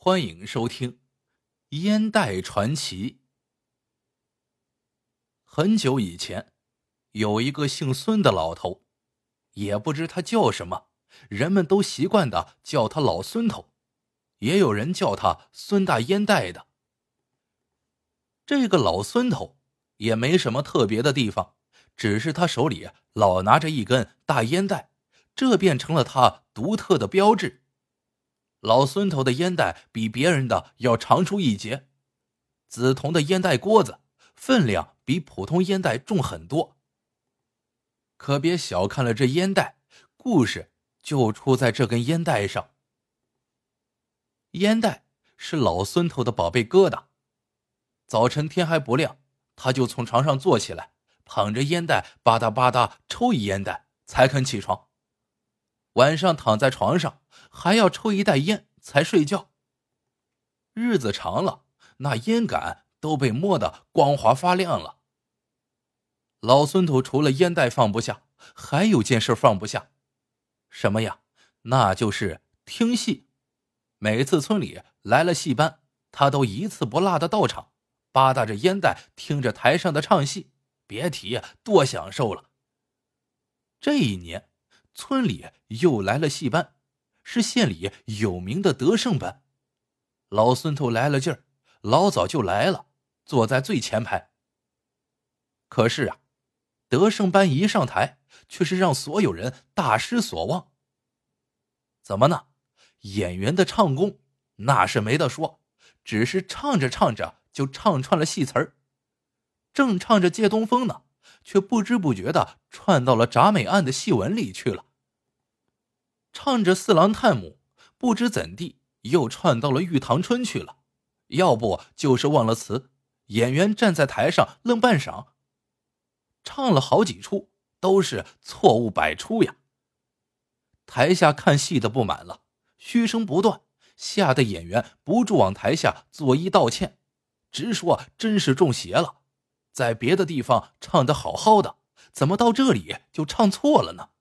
欢迎收听《烟袋传奇》。很久以前，有一个姓孙的老头，也不知他叫什么，人们都习惯的叫他老孙头，也有人叫他孙大烟袋的。这个老孙头也没什么特别的地方，只是他手里老拿着一根大烟袋，这变成了他独特的标志。老孙头的烟袋比别人的要长出一截，紫铜的烟袋锅子分量比普通烟袋重很多。可别小看了这烟袋，故事就出在这根烟袋上。烟袋是老孙头的宝贝疙瘩。早晨天还不亮，他就从床上坐起来，捧着烟袋吧嗒吧嗒抽一烟袋才肯起床。晚上躺在床上还要抽一袋烟才睡觉。日子长了，那烟杆都被磨得光滑发亮了。老孙头除了烟袋放不下，还有件事放不下。什么呀？那就是听戏。每次村里来了戏班，他都一次不落的到场，吧嗒着烟袋听着台上的唱戏，别提多享受了。这一年村里又来了戏班，是县里有名的德胜班。老孙头来了劲儿，老早就来了，坐在最前排。可是啊，德胜班一上台，却是让所有人大失所望。怎么呢？演员的唱功那是没得说，只是唱着唱着就唱串了戏词儿。正唱着借东风呢，却不知不觉地串到了铡美案的戏文里去了。唱着四郎探母，不知怎地又串到了玉堂春去了，要不就是忘了词，演员站在台上愣半晌。唱了好几出，都是错误百出呀。台下看戏的不满了，嘘声不断，吓得演员不住往台下作揖道歉，直说真是中邪了，在别的地方唱得好好的，怎么到这里就唱错了呢？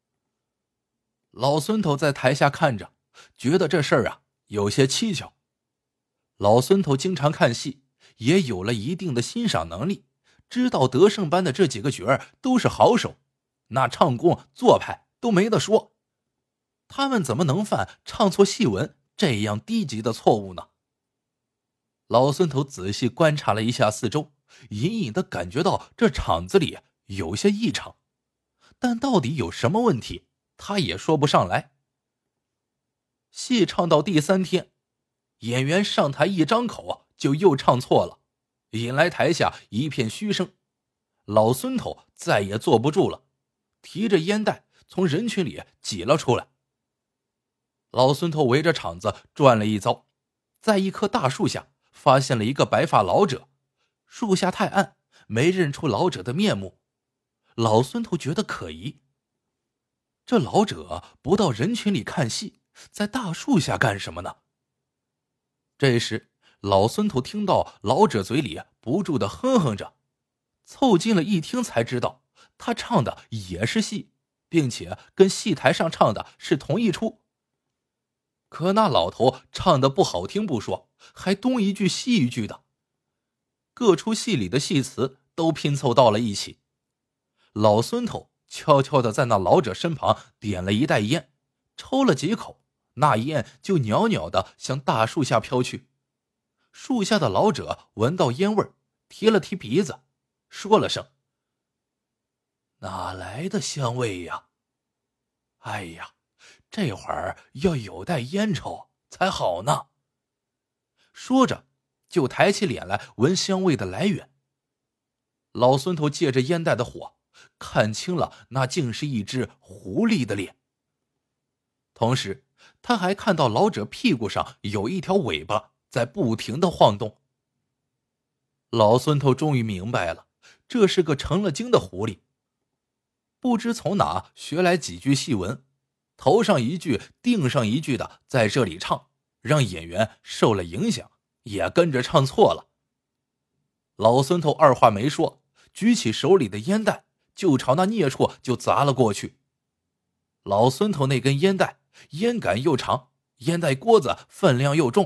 老孙头在台下看着，觉得这事儿啊有些蹊跷。老孙头经常看戏，也有了一定的欣赏能力，知道德胜班的这几个角儿都是好手，那唱功做派都没得说，他们怎么能犯唱错戏文这样低级的错误呢？老孙头仔细观察了一下四周，隐隐地感觉到这场子里有些异常，但到底有什么问题他也说不上来。戏唱到第3天，演员上台一张口就又唱错了，引来台下一片嘘声。老孙头再也坐不住了，提着烟袋从人群里挤了出来。老孙头围着场子转了一遭，在一棵大树下发现了一个白发老者，树下太暗，没认出老者的面目。老孙头觉得可疑，这老者不到人群里看戏，在大树下干什么呢？这时老孙头听到老者嘴里不住地哼哼着，凑近了一听才知道他唱的也是戏，并且跟戏台上唱的是同一出。可那老头唱的不好听不说，还东一句西一句的，各出戏里的戏词都拼凑到了一起。老孙头悄悄地在那老者身旁点了一袋烟，抽了几口，那烟就袅袅地向大树下飘去。树下的老者闻到烟味，提了提鼻子，说了声：“哪来的香味呀？哎呀，这会儿要有袋烟抽才好呢。”说着就抬起脸来闻香味的来源。老孙头借着烟袋的火，看清了那竟是一只狐狸的脸。同时他还看到老者屁股上有一条尾巴在不停地晃动。老孙头终于明白了，这是个成了精的狐狸，不知从哪学来几句戏文，头上一句顶上一句的在这里唱，让演员受了影响，也跟着唱错了。老孙头二话没说，举起手里的烟袋就朝那孽畜就砸了过去。老孙头那根烟袋烟杆又长，烟袋锅子分量又重，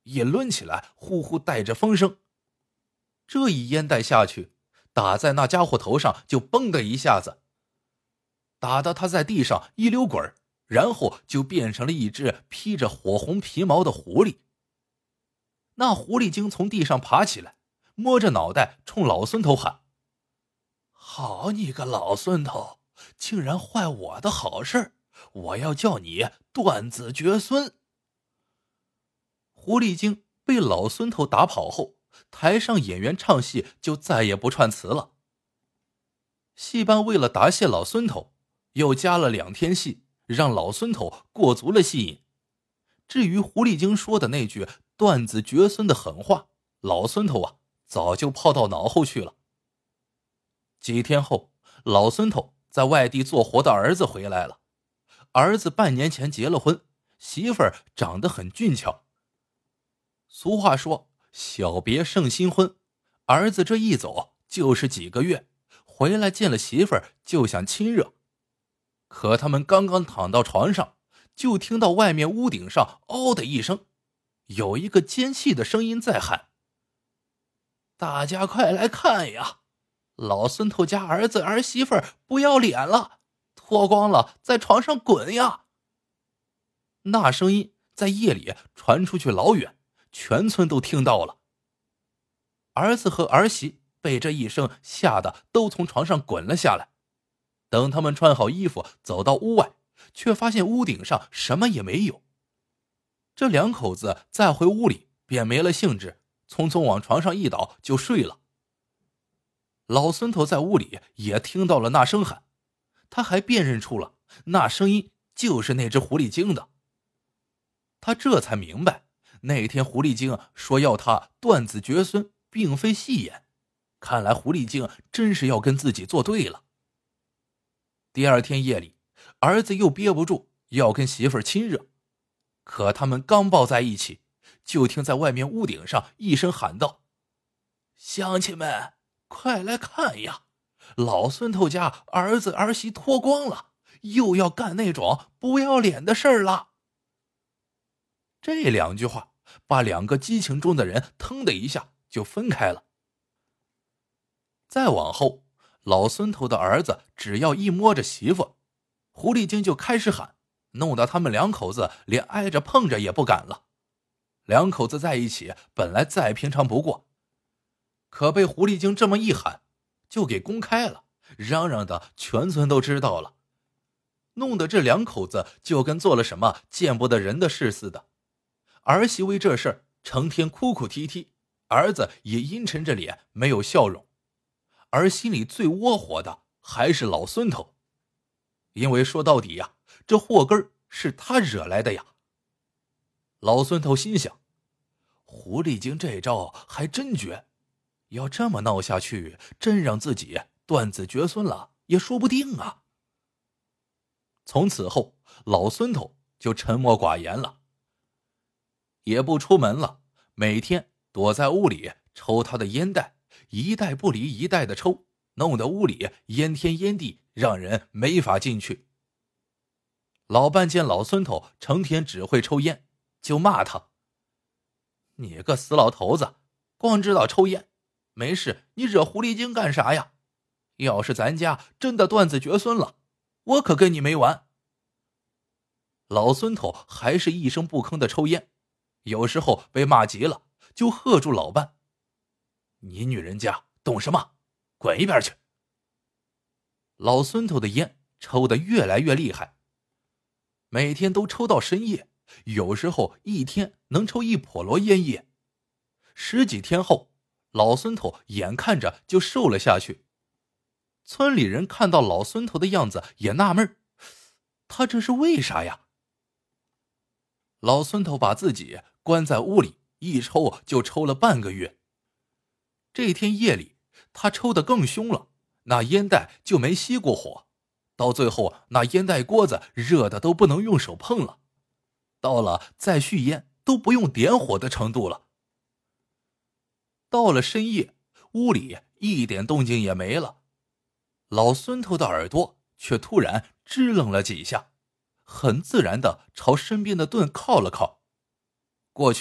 一抡起来呼呼带着风声。这一烟袋下去，打在那家伙头上就嘣的一下子，打得他在地上一溜滚，然后就变成了一只披着火红皮毛的狐狸。那狐狸精从地上爬起来，摸着脑袋冲老孙头喊：好你个老孙头，竟然坏我的好事，我要叫你断子绝孙。狐狸精被老孙头打跑后，台上演员唱戏就再也不串词了。戏班为了答谢老孙头，又加了2天戏，让老孙头过足了戏瘾。至于狐狸精说的那句断子绝孙的狠话，老孙头早就抛到脑后去了。几天后，老孙头在外地做活的儿子回来了。儿子半年前结了婚，媳妇儿长得很俊俏。俗话说小别胜新婚，儿子这一走就是几个月，回来见了媳妇儿就想亲热。可他们刚刚躺到床上，就听到外面屋顶上嗷的一声，有一个尖细的声音在喊：大家快来看呀，老孙头家儿子儿媳妇不要脸了，脱光了在床上滚呀！那声音在夜里传出去老远，全村都听到了。儿子和儿媳被这一声吓得都从床上滚了下来。等他们穿好衣服走到屋外，却发现屋顶上什么也没有。这2口子再回屋里便没了兴致，匆匆往床上一倒就睡了。老孙头在屋里也听到了那声喊，他还辨认出了那声音就是那只狐狸精的。他这才明白，那天狐狸精说要他断子绝孙并非戏言，看来狐狸精真是要跟自己作对了。第2天夜里，儿子又憋不住要跟媳妇儿亲热，可他们刚抱在一起，就听在外面屋顶上一声喊道：乡亲们快来看呀，老孙头家儿子儿媳脱光了，又要干那种不要脸的事儿了。这2句话把2个激情中的人腾的一下就分开了。再往后，老孙头的儿子只要一摸着媳妇，狐狸精就开始喊，弄得他们2口子连挨着碰着也不敢了。2口子在一起本来再平常不过，可被狐狸精这么一喊，就给公开了，嚷嚷的全村都知道了，弄得这2口子就跟做了什么见不得人的事似的。儿媳为这事儿成天哭哭啼啼，儿子也阴沉着脸没有笑容。而心里最窝火的还是老孙头，因为说到底呀，这祸根是他惹来的呀。老孙头心想，狐狸精这招还真绝，要这么闹下去，真让自己断子绝孙了也说不定啊。从此后，老孙头就沉默寡言了，也不出门了，每天躲在屋里抽他的烟袋，一袋不离一袋的抽，弄得屋里烟天烟地，让人没法进去。老伴见老孙头成天只会抽烟，就骂他：你个死老头子，光知道抽烟，没事你惹狐狸精干啥呀？要是咱家真的断子绝孙了，我可跟你没完。老孙头还是一声不吭的抽烟，有时候被骂急了，就喝住老伴：你女人家懂什么？滚一边去！老孙头的烟抽得越来越厉害，每天都抽到深夜，有时候一天能抽1笸箩烟叶。10几天后，老孙头眼看着就瘦了下去。村里人看到老孙头的样子也纳闷，他这是为啥呀？老孙头把自己关在屋里，一抽就抽了半个月。这天夜里，他抽得更凶了，那烟袋就没熄过火，到最后那烟袋锅子热的都不能用手碰了，到了再续烟都不用点火的程度了。到了深夜，屋里一点动静也没了，老孙头的耳朵却突然支棱了几下，很自然地朝身边的盾靠了靠。过去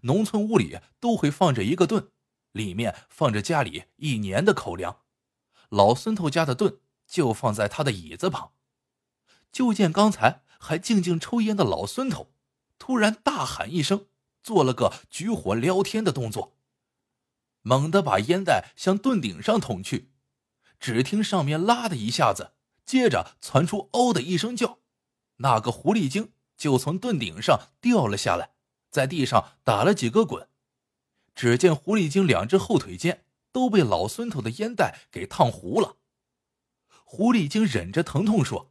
农村屋里都会放着一个盾，里面放着家里1年的口粮。老孙头家的盾就放在他的椅子旁。就见刚才还静静抽烟的老孙头突然大喊一声，做了个举火撩天的动作，猛地把烟袋向盾顶上捅去。只听上面啦的一下子，接着传出嗷的一声叫，那个狐狸精就从盾顶上掉了下来，在地上打了几个滚。只见狐狸精2只后腿间都被老孙头的烟袋给烫糊了。狐狸精忍着疼痛说：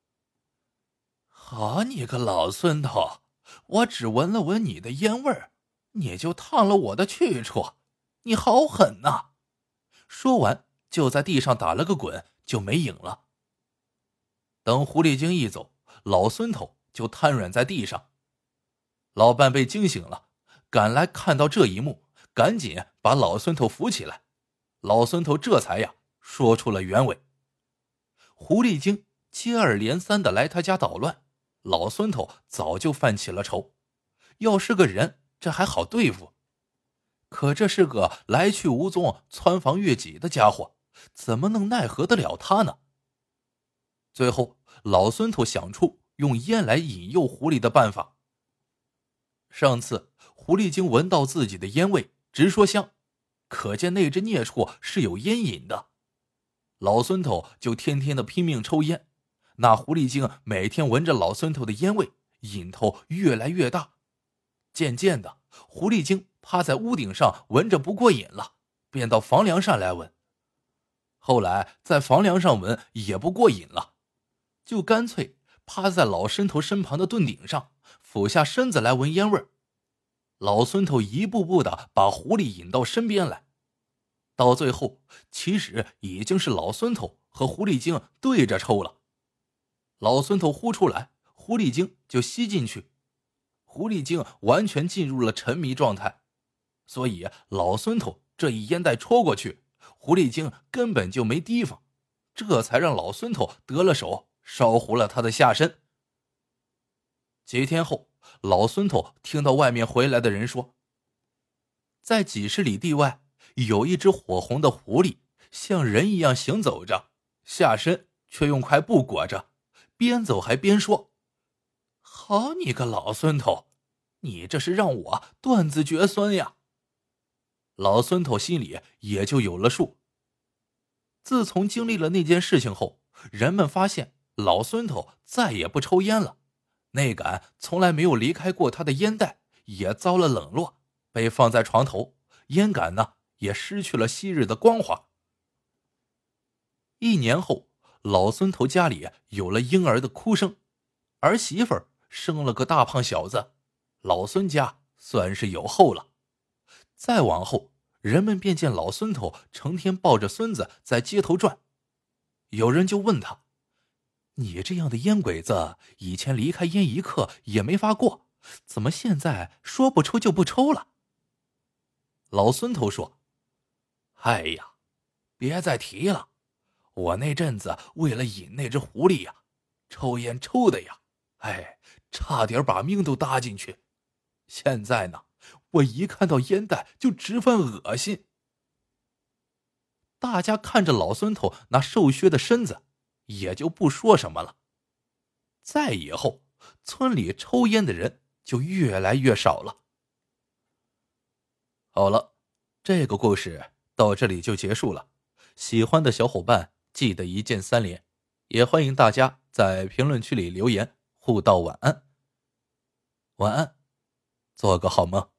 好你个老孙头，我只闻了闻你的烟味儿，你就烫了我的去处，你好狠呐！说完就在地上打了个滚，就没影了。等狐狸精一走，老孙头就瘫软在地上。老伴被惊醒了，赶来看到这一幕，赶紧把老孙头扶起来。老孙头这才说出了原委。狐狸精接二连三的来他家捣乱，老孙头早就犯起了仇。要是个人，这还好对付，可这是个来去无踪、窜房越脊的家伙，怎么能奈何得了他呢？最后老孙头想出用烟来引诱狐狸的办法。上次狐狸精闻到自己的烟味，直说香，可见那只孽畜是有烟瘾的。老孙头就天天的拼命抽烟，那狐狸精每天闻着老孙头的烟味，瘾头越来越大。渐渐的，狐狸精趴在屋顶上闻着不过瘾了，便到房梁上来闻。后来在房梁上闻也不过瘾了，就干脆趴在老孙头身旁的盾顶上，俯下身子来闻烟味儿。老孙头一步步的把狐狸引到身边来，到最后其实已经是老孙头和狐狸精对着抽了。老孙头呼出来，狐狸精就吸进去，狐狸精完全进入了沉迷状态，所以老孙头这一烟袋戳过去，狐狸精根本就没提防，这才让老孙头得了手，烧糊了他的下身。几天后，老孙头听到外面回来的人说，在几十里地外有一只火红的狐狸，像人一样行走着，下身却用块布裹着，边走还边说：好你个老孙头，你这是让我断子绝孙呀！老孙头心里也就有了数。自从经历了那件事情后，人们发现老孙头再也不抽烟了，那杆从来没有离开过他的烟袋也遭了冷落，被放在床头，烟杆呢也失去了昔日的光滑。1年后，老孙头家里有了婴儿的哭声，儿媳妇儿生了个大胖小子，老孙家算是有后了。再往后，人们便见老孙头成天抱着孙子在街头转，有人就问他：你这样的烟鬼子，以前离开烟一刻也没法过，怎么现在说不抽就不抽了？老孙头说：哎呀，别再提了，我那阵子为了引那只狐狸呀，抽烟抽的呀，差点把命都搭进去。现在呢，我一看到烟袋就直犯恶心。大家看着老孙头那瘦削的身子，也就不说什么了。再以后，村里抽烟的人就越来越少了。好了，这个故事到这里就结束了。喜欢的小伙伴记得一键3连，也欢迎大家在评论区里留言互道晚安。晚安，做个好梦。